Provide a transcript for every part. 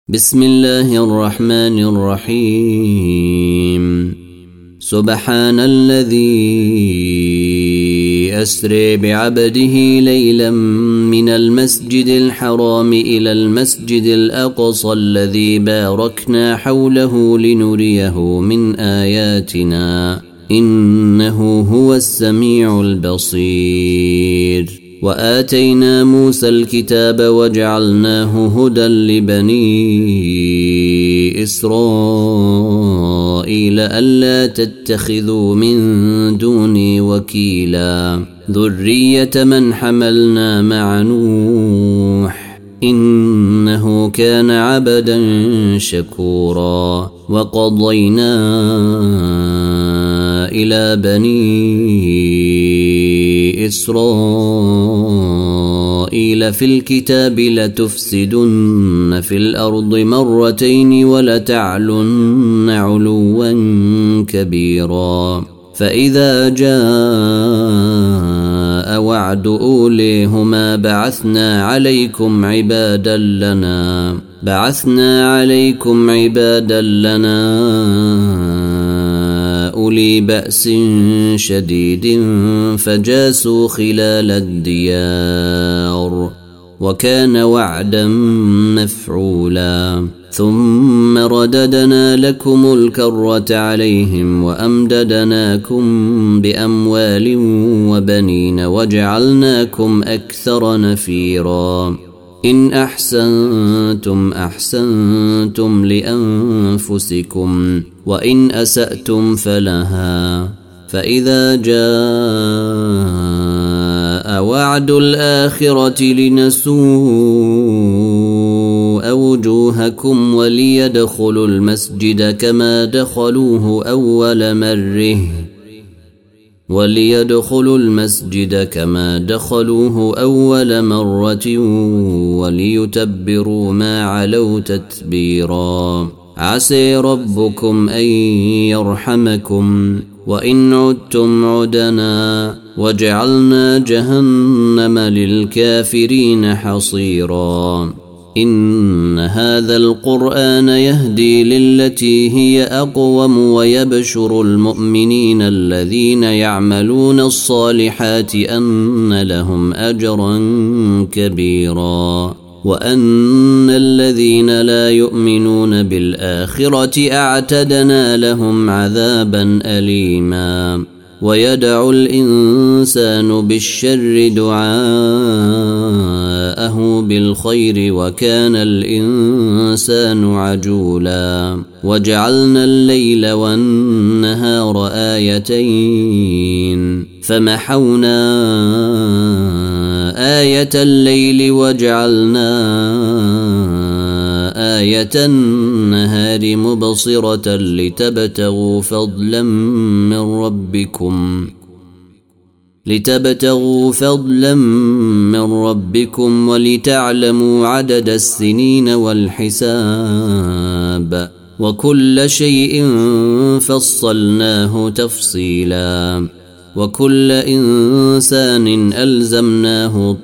بسم الله الرحمن الرحيم. سبحان الذي أسري بعبده ليلا من المسجد الحرام إلى المسجد الأقصى الذي باركنا حوله لنريه من آياتنا إنه هو السميع البصير. وآتينا موسى الكتاب وجعلناه هدى لبني إسرائيل ألا تتخذوا من دوني وكيلا ذرية من حملنا مع نوح إنه كان عبدا شكورا. وقضينا إلى بني إسرائيل في الكتاب لتفسدن في الأرض مرتين ولتعلن علوا كبيرا. فإذا جاء وعد أوليهما بعثنا عليكم عبادا لنا أولي بأس شديد فجاسوا خلال الديار وكان وعدا مفعولا. ثم رددنا لكم الكرة عليهم وأمددناكم بأموال وبنين وجعلناكم أكثر نفيرا. إن أحسنتم لأنفسكم وإن أسأتم فلها. فإذا جاء وعد الآخرة لنسوء وجوهكم وليدخلوا المسجد كما دخلوه أول مرة وليتبروا ما علوا تتبيرا. عسى ربكم أن يرحمكم وإن عدتم عدنا وجعلنا جهنم للكافرين حصيرا. إن هذا القرآن يهدي للتي هي أقوم ويبشر المؤمنين الذين يعملون الصالحات أن لهم أجرا كبيرا وأن الذين لا يؤمنون بالآخرة أعتدنا لهم عذابا أليما. ويدعو الإنسان بالشر دعاءه بالخير وكان الإنسان عجولا. وجعلنا الليل والنهار آيتين فمحونا آية الليل وجعلنا آية النهار مبصرة لتبتغوا فضلا من ربكم ولتعلموا عدد السنين والحساب وكل شيء فصلناه تفصيلا. وكل إنسان ألزمناه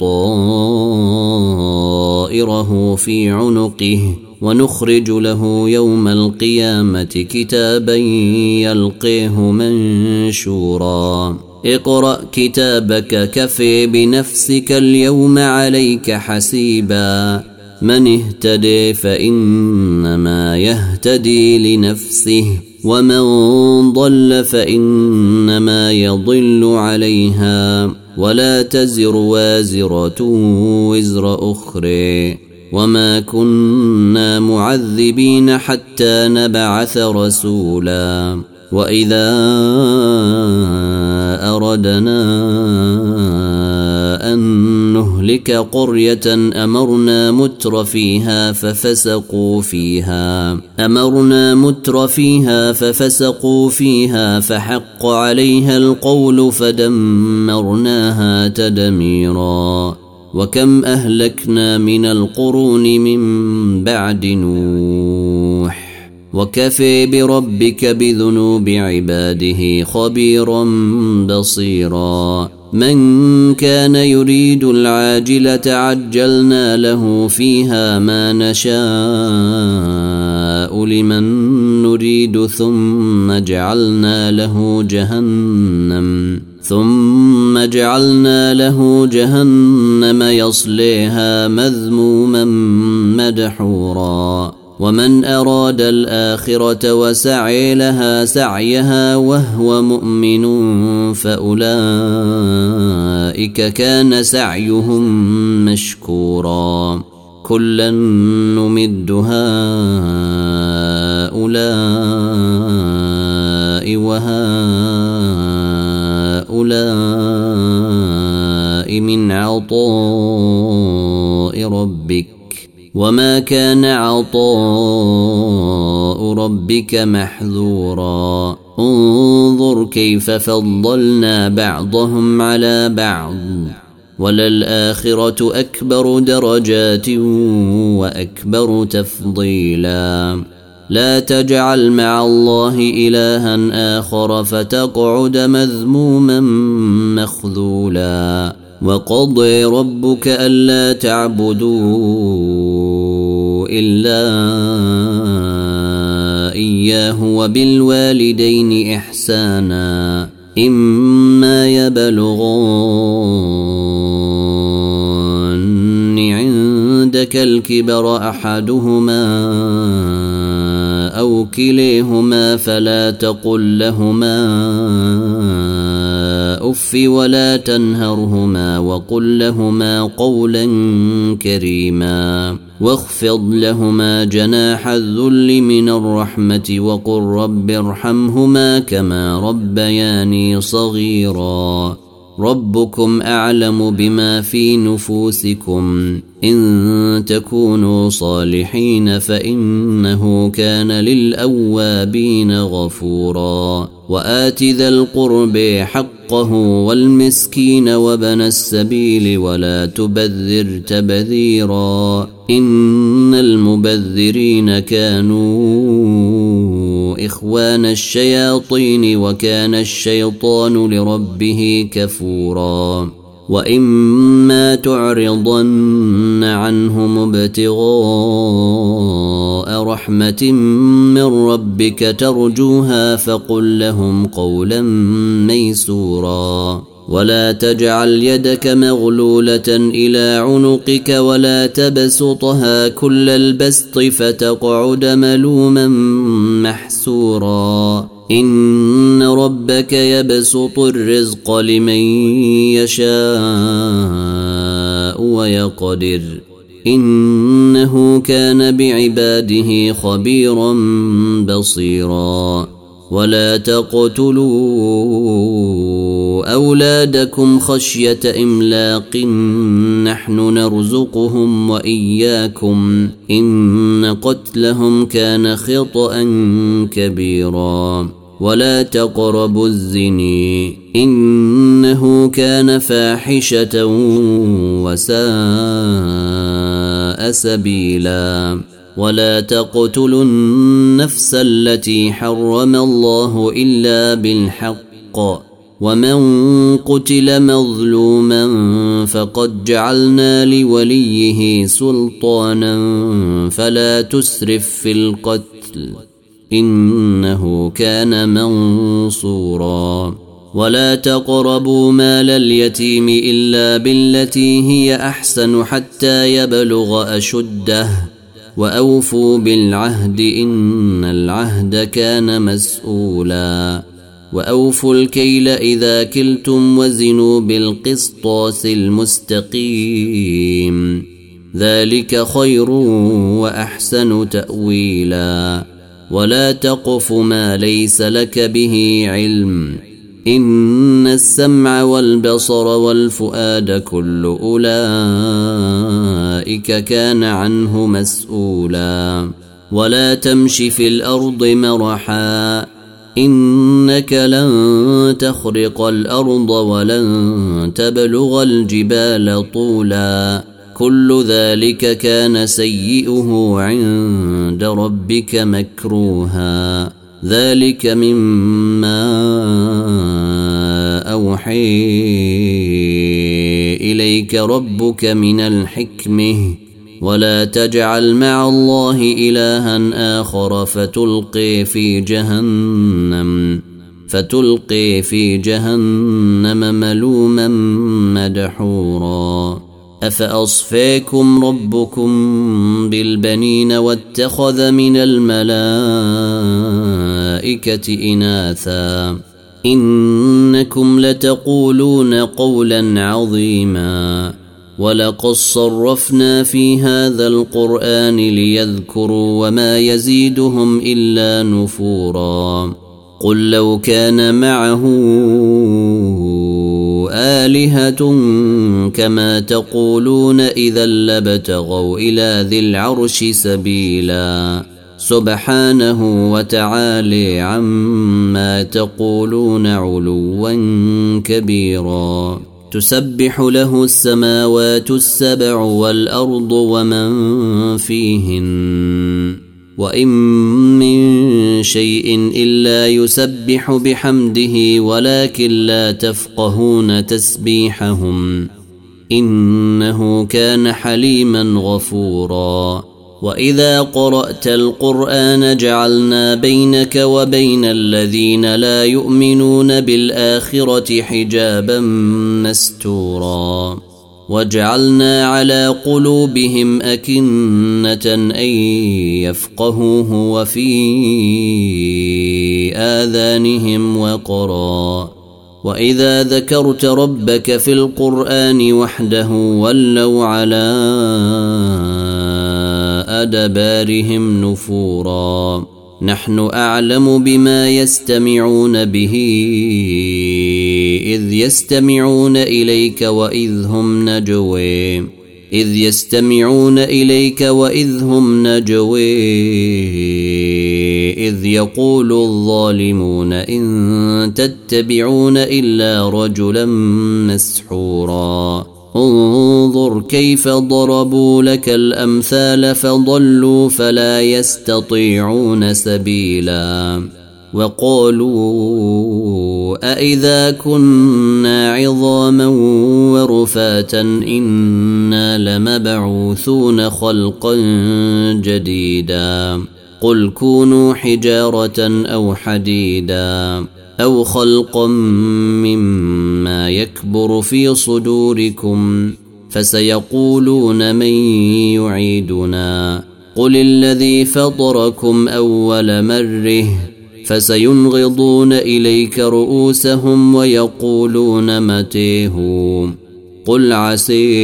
طائره في عنقه ونخرج له يوم القيامة كتابا يلقيه منشورا. اقرأ كتابك كفى بنفسك اليوم عليك حسيبا. من اهتدي فإنما يهتدي لنفسه ومن ضل فإنما يضل عليها ولا تزر وازرة وزر أخرى وما كنا معذبين حتى نبعث رسولا. وإذا أردنا أن نهلك قرية أمرنا متر فيها ففسقوا فيها فحق عليها القول فدمرناها تدميرا. وكم أهلكنا من القرون من بعد نوح وكفى بربك بذنوب عباده خبيرا بصيرا. من كان يريد العاجلة عجلنا له فيها ما نشاء لمن نريد ثم جعلنا له جهنم يصليها مذموما مدحورا ومن أراد الآخرة وسعي لها سعيها وهو مؤمن فأولئك كان سعيهم مشكورا كلا نمد هؤلاء وهؤلاء من عطاء ربك وما كان عطاء ربك محذورا انظر كيف فضلنا بعضهم على بعض وللآخرة أكبر درجات وأكبر تفضيلا لا تجعل مع الله إلها آخر فتقعد مذموما مخذولا وقضى ربك ألا تعبدوا إلا إياه وبالوالدين إحسانا إما يبلغن عندك الكبر أحدهما أو كليهما فلا تقل لهما أف ولا تنهرهما وقل لهما قولا كريما واخفض لهما جناح الذل من الرحمة وقل رب ارحمهما كما ربياني صغيرا ربكم أعلم بما في نفوسكم إن تكونوا صالحين فإنه كان للأوابين غفورا وآت ذا القرب حقه والمسكين وابن السبيل ولا تبذر تبذيرا إن المبذرين كانوا إخوان الشياطين وكان الشيطان لربه كفورا وإما تعرضن عنهم ابتغاء رحمة من ربك ترجوها فقل لهم قولا ميسورا ولا تجعل يدك مغلولة إلى عنقك ولا تبسطها كل البسط فتقعد ملوما محسورا إن ربك يبسط الرزق لمن يشاء ويقدر إنه كان بعباده خبيرا بصيرا ولا تقتلوا أولادكم خشية إملاق نحن نرزقهم وإياكم إن قتلهم كان خطأ كبيرا ولا تقربوا الزنا إنه كان فاحشة وساء سبيلا ولا تقتلوا النفس التي حرم الله إلا بالحق ومن قتل مظلوما فقد جعلنا لوليه سلطانا فلا تسرف في القتل إنه كان منصورا ولا تقربوا مال اليتيم إلا بالتي هي أحسن حتى يبلغ أشده وأوفوا بالعهد إن العهد كان مسؤولا وأوفوا الكيل إذا كلتم وزنوا بالقسطاس المستقيم ذلك خير وأحسن تأويلا ولا تقف ما ليس لك به علم إن السمع والبصر والفؤاد كل أولئك كان عنه مسؤولا ولا تمش في الأرض مرحا إنك لن تخرق الأرض ولن تبلغ الجبال طولا كل ذلك كان سيئه عند ربك مكروها ذلك مما أوحي إليك ربك من الحكمة ولا تجعل مع الله إلها آخر فتلقي في جهنم ملوما مدحورا أفأصفاكم ربكم بالبنين واتخذ من الملائكة إناثا إنكم لتقولون قولا عظيما ولقد صرفنا في هذا القرآن ليذكروا وما يزيدهم إلا نفورا قل لو كان معه آلهة كما تقولون إذا لابتغوا إلى ذي العرش سبيلا سبحانه وتعالى عما تقولون علوا كبيرا تسبح له السماوات السبع والأرض ومن فيهن وإن من شيء إلا يسبح بحمده ولكن لا تفقهون تسبيحهم إنه كان حليما غفورا وإذا قرأت القرآن جعلنا بينك وبين الذين لا يؤمنون بالآخرة حجابا مستورا وجعلنا على قلوبهم أكنة أن يفقهوه وفي آذانهم وقرا وإذا ذكرت ربك في القرآن وحده ولوا على أدبارهم نفورا نحن أعلم بما يستمعون به إذ يستمعون إليك وإذ هم نجوي إذ يقول الظالمون إن تتبعون إلا رجلا مسحورا انظر كيف ضربوا لك الأمثال فضلوا فلا يستطيعون سبيلا وقالوا أإذا كنا عظاما ورفاتا إنا لمبعوثون خلقا جديدا قل كونوا حجارة أو حديدا أو خلقا مما يكبر في صدوركم فسيقولون من يعيدنا قل الذي فطركم أول مرة فسينغضون إليك رؤوسهم ويقولون متيه قل عسى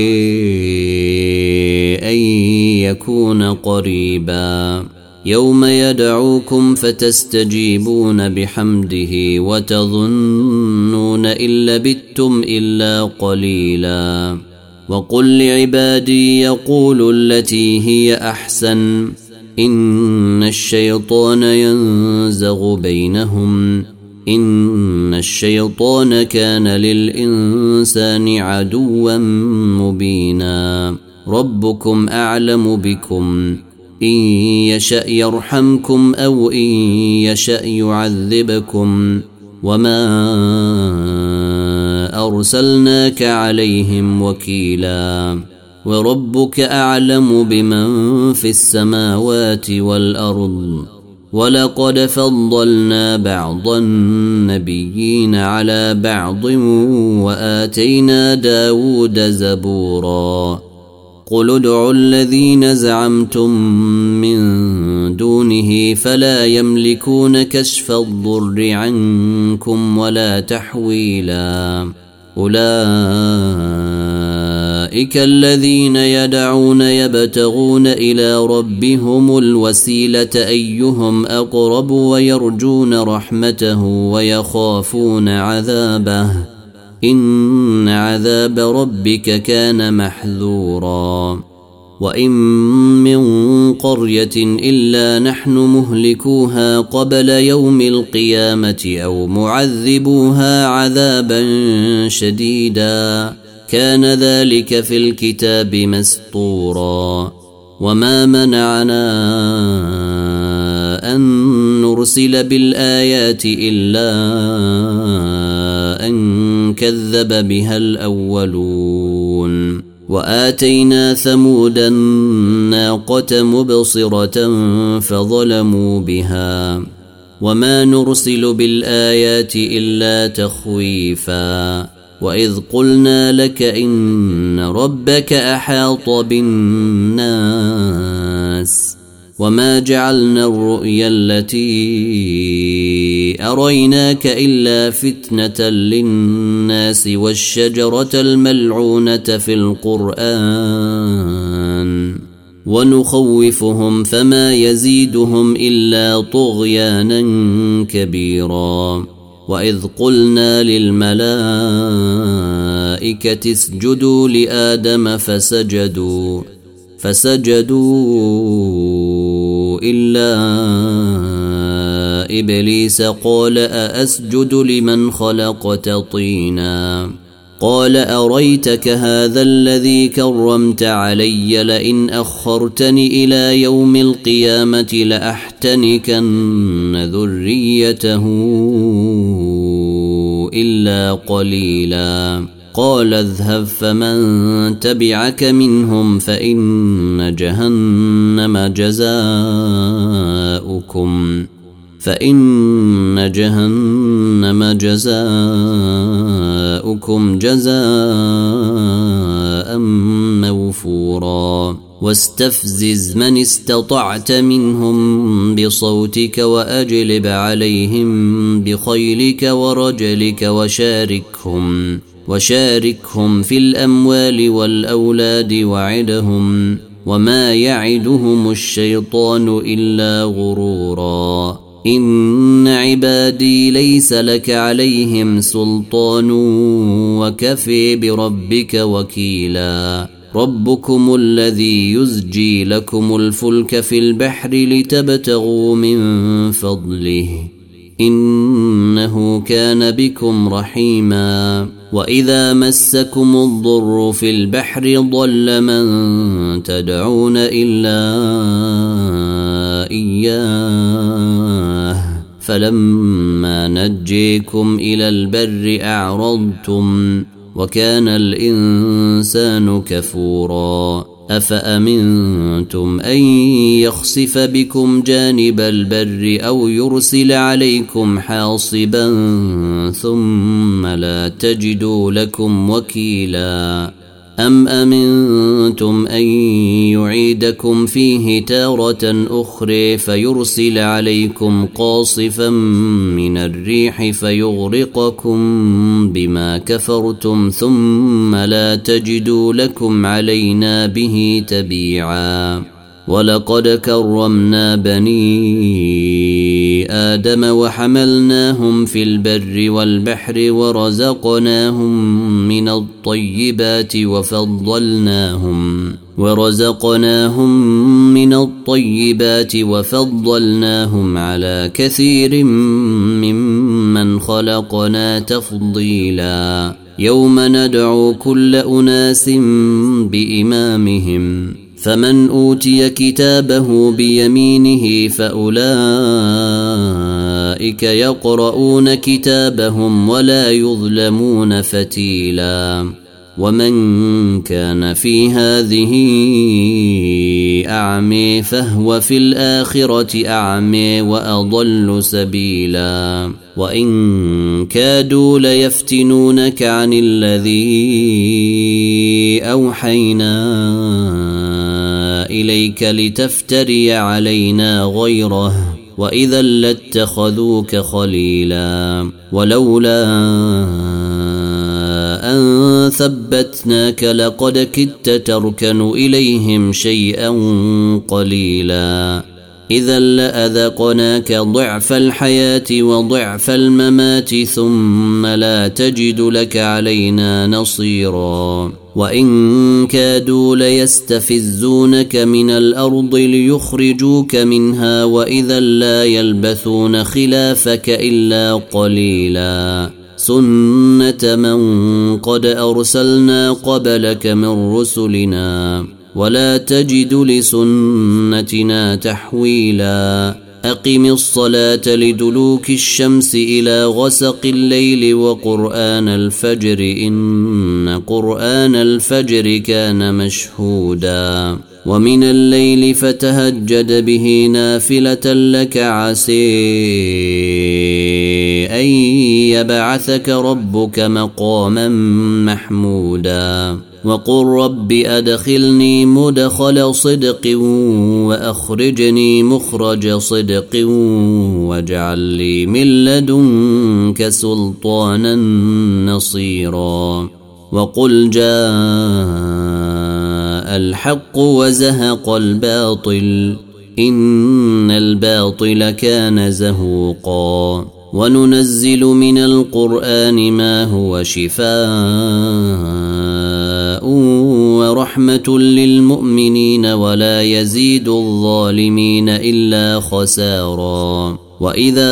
أن يكون قريبا يوم يدعوكم فتستجيبون بحمده وتظنون إن لبثتم إلا قليلا وقل لعبادي يقولوا التي هي أحسن إن الشيطان ينزغ بينهم إن الشيطان كان للإنسان عدوا مبينا ربكم أعلم بكم إن يشأ يرحمكم أو إن يشأ يعذبكم وما أرسلناك عليهم وكيلا وربك أعلم بمن في السماوات والأرض ولقد فضلنا بعض النبيين على بعض وآتينا داود زبورا قل ادعوا الذين زعمتم من دونه فلا يملكون كشف الضر عنكم ولا تحويلا أولئك الذين يدعون يبتغون إلى ربهم الوسيلة أيهم أقرب ويرجون رحمته ويخافون عذابه إن عذاب ربك كان محذورا وإن من قرية إلا نحن مهلكوها قبل يوم القيامة أو معذبوها عذابا شديدا كان ذلك في الكتاب مسطورا وما منعنا أن نرسل بالآيات إلا أن كذب بها الأولون وآتينا ثمود الناقة مبصرة فظلموا بها وما نرسل بالآيات إلا تخويفا وإذ قلنا لك إن ربك أحاط بالناس وما جعلنا الرؤيا التي أريناك إلا فتنة للناس والشجرة الملعونة في القرآن ونخوفهم فما يزيدهم إلا طغيانا كبيرا وإذ قلنا للملائكة اسجدوا لآدم فسجدوا إلا إبليس قال أأسجد لمن خلقت طينا قال أريتك هذا الذي كرمت علي لئن أخرتني إلى يوم القيامة لأحتنكن ذريته إلا قليلا قال اذهب فمن تبعك منهم فإن جهنم جزاؤكم جزاء موفورا واستفزز من استطعت منهم بصوتك وأجلب عليهم بخيلك ورجلك وشاركهم في الأموال والأولاد وعدهم وما يعدهم الشيطان إلا غرورا إن عبادي ليس لك عليهم سلطان وكفي بربك وكيلا ربكم الذي يزجي لكم الفلك في البحر لتبتغوا من فضله إنه كان بكم رحيما وإذا مسكم الضر في البحر ضل من تدعون إلا إياه فلما نجيكم إلى البر أعرضتم وكان الإنسان كفورا أفأمنتم أن يخسف بكم جانب البر أو يرسل عليكم حاصبا ثم لا تجدوا لكم وكيلا أم أمنتم أن يعيدكم فيه تارة أخرى فيرسل عليكم قاصفا من الريح فيغرقكم بما كفرتم ثم لا تجدوا لكم علينا به تبيعا ولقد كرمنا بني آدم وحملناهم في البر والبحر ورزقناهم من الطيبات وفضلناهم على كثير ممن خلقنا تفضيلا يوم ندعو كل أناس بإمامهم فمن أوتي كتابه بيمينه فأولئك يقرؤون كتابهم ولا يظلمون فتيلا ومن كان في هذه أعمي فهو في الآخرة أعمي وأضل سبيلا وإن كادوا ليفتنونك عن الذي أوحينا إليك لتفتري علينا غيره وإذا لاتخذوك خليلا ولولا أن ثبتناك لقد كدت تركن إليهم شيئا قليلا إذا لأذقناك ضعف الحياة وضعف الممات ثم لا تجد لك علينا نصيرا وإن كادوا ليستفزونك من الأرض ليخرجوك منها وإذا لا يلبثون خلافك إلا قليلا سنة من قد أرسلنا قبلك من رسلنا ولا تجد لسنتنا تحويلا أقم الصلاة لدلوك الشمس إلى غسق الليل وقرآن الفجر إن قرآن الفجر كان مشهودا ومن الليل فتهجد به نافلة لك عسى أن يبعثك ربك مقاما محمودا وقل رب أدخلني مدخل صدق وأخرجني مخرج صدق واجعل لي من لدنك سلطانا نصيرا وقل جاء الحق وزهق الباطل إن الباطل كان زهوقا وننزل من القرآن ما هو شفاء ورحمة للمؤمنين ولا يزيد الظالمين إلا خسارا وإذا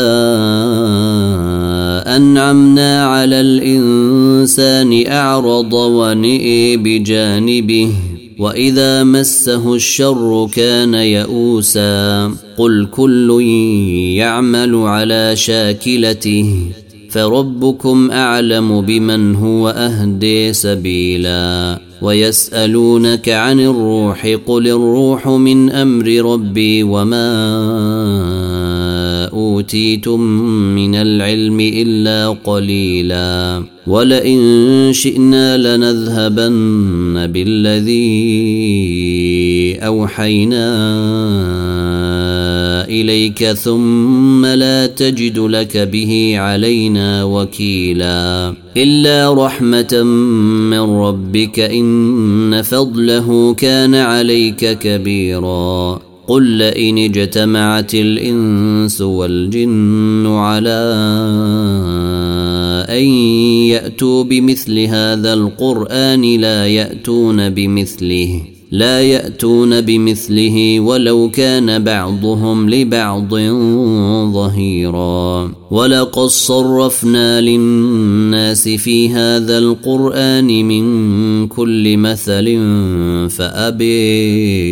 أنعمنا على الإنسان أعرض ونئي بجانبه وإذا مسه الشر كان يئوسا قل كل يعمل على شاكلته فربكم أعلم بمن هو أهدي سبيلا ويسألونك عن الروح قل الروح من أمر ربي وما أوتيتم من العلم إلا قليلا ولئن شئنا لنذهبن بالذي أوحينا إليك ثم لا تجد لك به علينا وكيلا إلا رحمة من ربك إن فضله كان عليك كبيرا قل لئن اجتمعت الإنس والجن على أن يأتوا بمثل هذا القرآن لا يأتون بمثله ولو كان بعضهم لبعض ظهيرا ولقد صرفنا للناس في هذا القرآن من كل مثل فأبي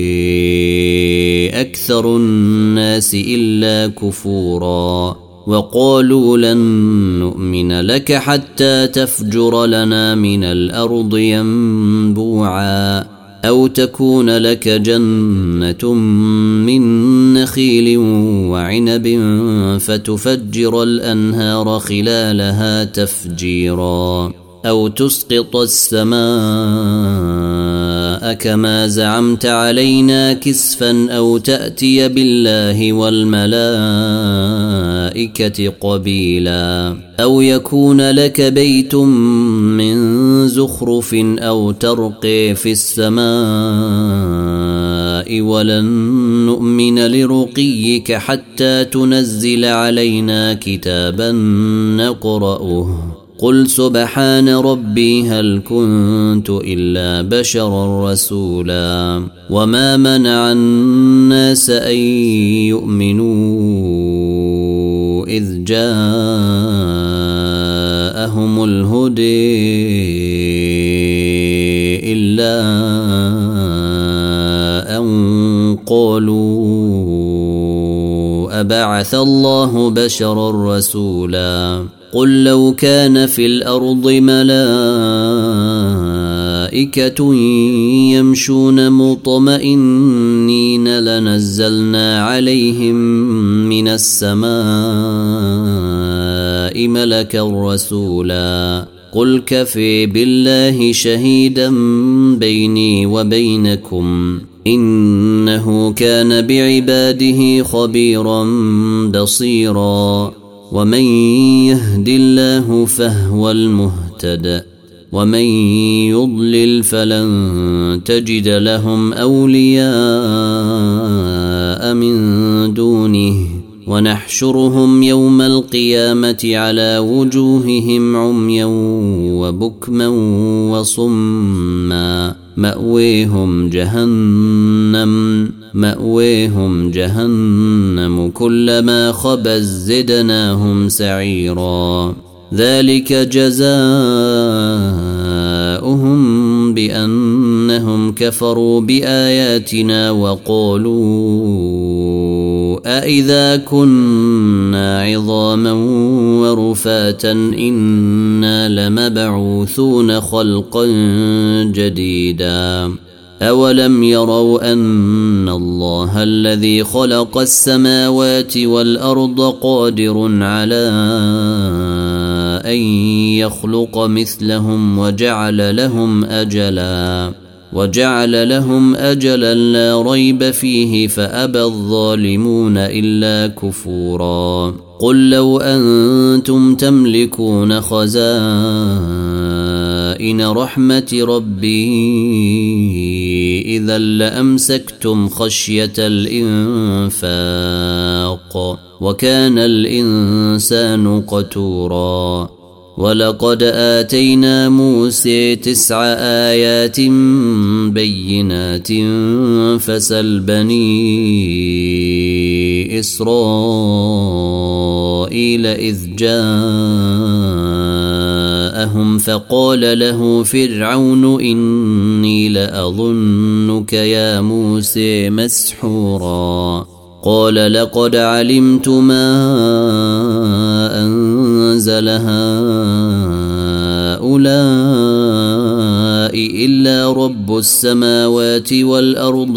أكثر الناس إلا كفورا وقالوا لن نؤمن لك حتى تفجر لنا من الأرض ينبوعا أو تكون لك جنة من نخيل وعنب فتفجر الأنهار خلالها تفجيرا أو تسقط السماء كما زعمت علينا كسفا أو تأتي بالله والملائكة قبيلا أو يكون لك بيت من زخرف أو ترقي في السماء ولن نؤمن لرقيك حتى تنزل علينا كتابا نقرأه قل سبحان ربي هل كنت إلا بشرا رسولا وما منع الناس أن يؤمنوا إذ جاءهم الهدي إلا أن قالوا أبعث الله بشرا رسولا قل لو كان في الأرض ملائكة يمشون مطمئنين لنزلنا عليهم من السماء ملكا رسولا قل كفي بالله شهيدا بيني وبينكم إنه كان بعباده خبيرا بصيرا ومن يهد الله فهو المهتد ومن يضلل فلن تجد لهم أولياء من دونه ونحشرهم يوم القيامة على وجوههم عميا وبكما وصما مأويهم جهنم كلما خبت زدناهم سعيرا ذلك جزاؤهم بأنهم كفروا بآياتنا وقالوا أإذا كنا عظاما ورفاتا إنا لمبعوثون خلقا جديدا أولم يروا أن الله الذي خلق السماوات والأرض قادر على أن يخلق مثلهم وجعل لهم أجلا لا ريب فيه فأبى الظالمون إلا كفورا قل لو أنتم تملكون خزائن رحمة ربي إذا لأمسكتم خشية الإنفاق وكان الإنسان قتورا ولقد آتينا موسى 9 آيات بينات فسل بني إسرائيل إذ جاءهم فقال له فرعون إني لأظنك يا موسى مسحورا قال لقد علمت ما أنزل هؤلاء إلا رب السماوات والأرض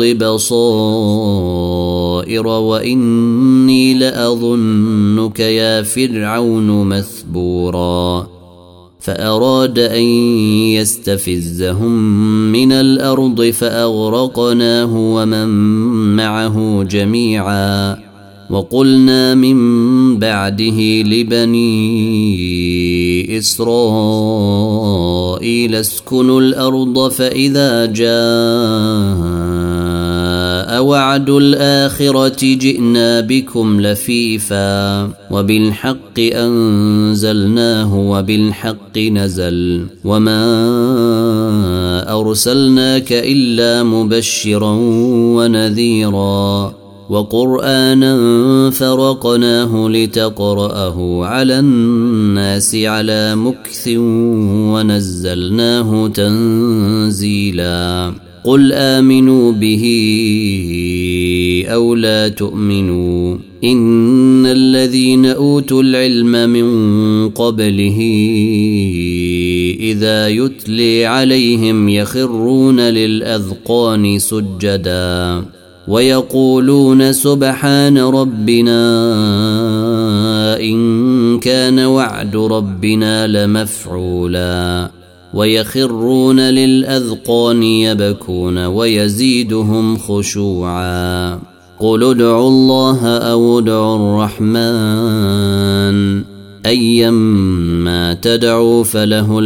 بصائر وإني لأظنك يا فرعون مثبورا فأراد أن يستفزهم من الأرض فأغرقناه ومن معه جميعا وقلنا من بعده لبني إسرائيل اسكنوا الأرض فإذا جاء وعد الآخرة جئنا بكم لفيفا وبالحق أنزلناه وبالحق نزل وما أرسلناك إلا مبشرا ونذيرا وقرآنا فرقناه لتقرأه على الناس على مكث ونزلناه تنزيلا قل آمنوا به أو لا تؤمنوا إن الذين أوتوا العلم من قبله إذا يتلي عليهم يخرون للأذقان سجدا ويقولون سبحان ربنا إن كان وعد ربنا لمفعولا ويخرون للأذقان يبكون ويزيدهم خشوعا قل ادعوا الله أو ادعوا الرحمن أيما تدعوا فله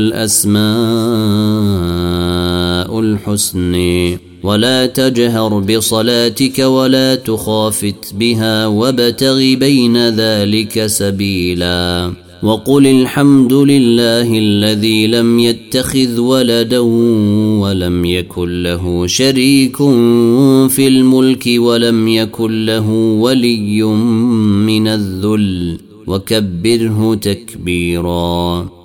الأسماء الحسنى ولا تجهر بصلاتك ولا تخافت بها وابتغ بين ذلك سبيلا وقل الحمد لله الذي لم يتخذ ولدا ولم يكن له شريك في الملك ولم يكن له ولي من الذل وكبره تكبيرا